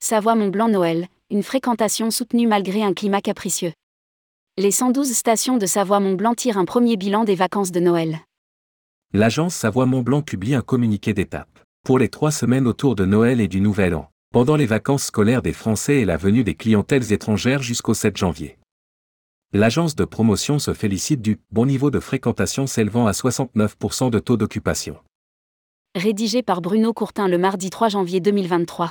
Savoie-Mont-Blanc Noël, une fréquentation soutenue malgré un climat capricieux. Les 112 stations de Savoie-Mont-Blanc tirent un premier bilan des vacances de Noël. L'agence Savoie-Mont-Blanc publie un communiqué d'étape. Pour les 3 semaines autour de Noël et du Nouvel An, pendant les vacances scolaires des Français et la venue des clientèles étrangères jusqu'au 7 janvier. L'agence de promotion se félicite du bon niveau de fréquentation s'élevant à 69% de taux d'occupation. Rédigé par Bruno Courtin le mardi 3 janvier 2023.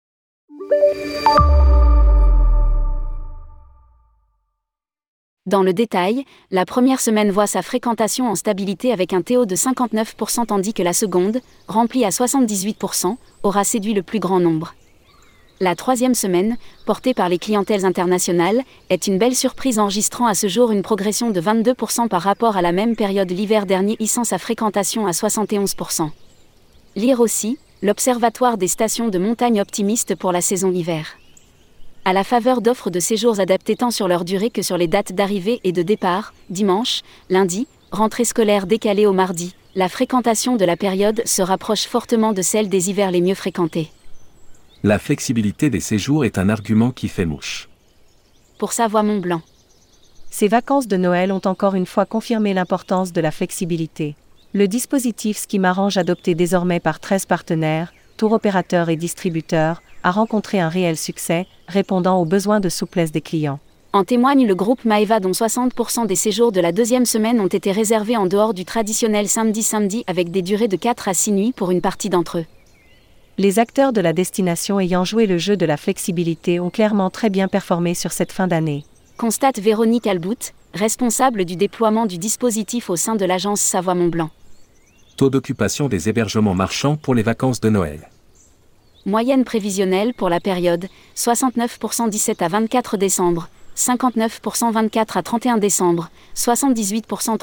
Dans le détail, la première semaine voit sa fréquentation en stabilité avec un TO de 59% tandis que la seconde, remplie à 78%, aura séduit le plus grand nombre. La troisième semaine, portée par les clientèles internationales, est une belle surprise enregistrant à ce jour une progression de 22% par rapport à la même période l'hiver dernier hissant sa fréquentation à 71%. Lire aussi, l'Observatoire des stations de montagne optimiste pour la saison hiver. À la faveur d'offres de séjours adaptées tant sur leur durée que sur les dates d'arrivée et de départ, dimanche, lundi, rentrée scolaire décalée au mardi, la fréquentation de la période se rapproche fortement de celle des hivers les mieux fréquentés. La flexibilité des séjours est un argument qui fait mouche. Pour Savoie-Mont-Blanc. Ces vacances de Noël ont encore une fois confirmé l'importance de la flexibilité. Le dispositif Ski m'arrange adopté désormais par 13 partenaires, tour opérateurs et distributeurs, a rencontré un réel succès, répondant aux besoins de souplesse des clients. En témoigne le groupe Maeva dont 60% des séjours de la deuxième semaine ont été réservés en dehors du traditionnel samedi avec des durées de 4 à 6 nuits pour une partie d'entre eux. Les acteurs de la destination ayant joué le jeu de la flexibilité ont clairement très bien performé sur cette fin d'année. Constate Véronique Albout, responsable du déploiement du dispositif au sein de l'agence Savoie-Mont-Blanc. Taux d'occupation des hébergements marchands pour les vacances de Noël. Moyenne prévisionnelle pour la période, 69% 17 à 24 décembre, 59% 24 à 31 décembre, 78%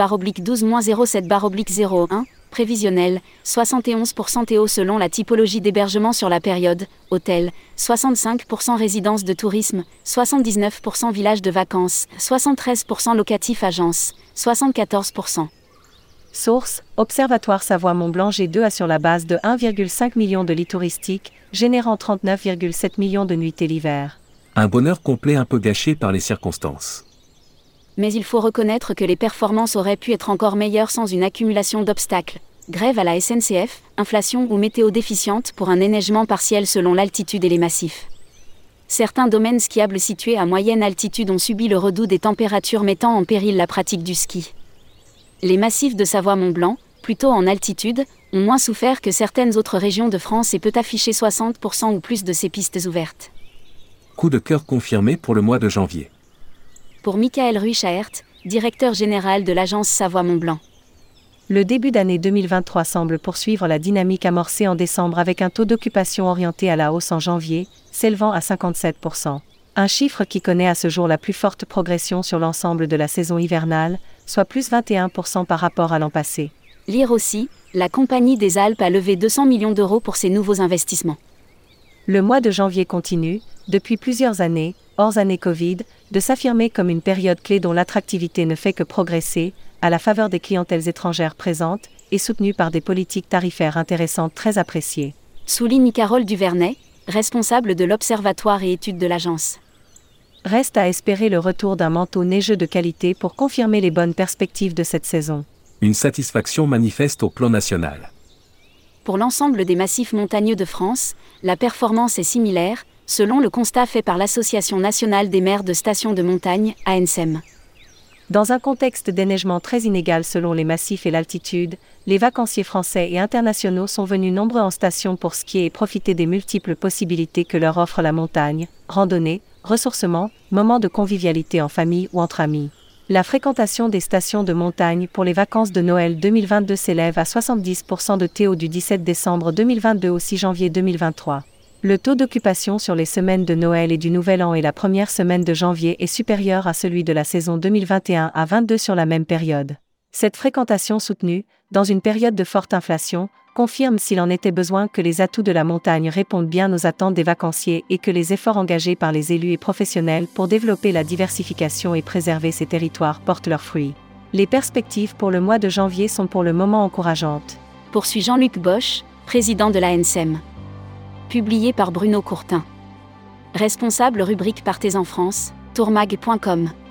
31/12-07/01, prévisionnel, 71% TO selon la typologie d'hébergement sur la période, hôtel, 65% résidence de tourisme, 79% village de vacances, 73% locatif agence, 74%. Source, Observatoire Savoie-Mont-Blanc G2A sur la base de 1,5 million de lits touristiques, générant 39,7 millions de nuitées l'hiver. Un bonheur complet un peu gâché par les circonstances. Mais il faut reconnaître que les performances auraient pu être encore meilleures sans une accumulation d'obstacles. Grève à la SNCF, inflation ou météo déficiente pour un enneigement partiel selon l'altitude et les massifs. Certains domaines skiables situés à moyenne altitude ont subi le redout des températures mettant en péril la pratique du ski. Les massifs de Savoie-Mont-Blanc, plutôt en altitude, ont moins souffert que certaines autres régions de France et peut afficher 60% ou plus de ces pistes ouvertes. Coup de cœur confirmé pour le mois de janvier. Pour Michael Ruichaert, directeur général de l'agence Savoie-Mont-Blanc. Le début d'année 2023 semble poursuivre la dynamique amorcée en décembre avec un taux d'occupation orienté à la hausse en janvier, s'élevant à 57%. Un chiffre qui connaît à ce jour la plus forte progression sur l'ensemble de la saison hivernale, soit plus 21% par rapport à l'an passé. Lire aussi, la Compagnie des Alpes a levé 200 millions d'euros pour ses nouveaux investissements. Le mois de janvier continue, depuis plusieurs années, hors année Covid, de s'affirmer comme une période clé dont l'attractivité ne fait que progresser, à la faveur des clientèles étrangères présentes, et soutenues par des politiques tarifaires intéressantes très appréciées. Souligne Carole Duvernay, responsable de l'Observatoire et études de l'agence. Reste à espérer le retour d'un manteau neigeux de qualité pour confirmer les bonnes perspectives de cette saison. Une satisfaction manifeste au plan national. Pour l'ensemble des massifs montagneux de France, la performance est similaire, selon le constat fait par l'Association nationale des maires de stations de montagne, ANSM. Dans un contexte d'éneigement très inégal selon les massifs et l'altitude, les vacanciers français et internationaux sont venus nombreux en station pour skier et profiter des multiples possibilités que leur offre la montagne, randonnée, ressourcement, moments de convivialité en famille ou entre amis. La fréquentation des stations de montagne pour les vacances de Noël 2022 s'élève à 70% de TO du 17 décembre 2022 au 6 janvier 2023. Le taux d'occupation sur les semaines de Noël et du Nouvel An et la première semaine de janvier est supérieur à celui de la saison 2021 à 22 sur la même période. Cette fréquentation soutenue, dans une période de forte inflation, confirme s'il en était besoin que les atouts de la montagne répondent bien aux attentes des vacanciers et que les efforts engagés par les élus et professionnels pour développer la diversification et préserver ces territoires portent leurs fruits. Les perspectives pour le mois de janvier sont pour le moment encourageantes. Poursuit Jean-Luc Bosch, président de l'ANSM. Publié par Bruno Courtin. Responsable rubrique Partez en France, tourmag.com.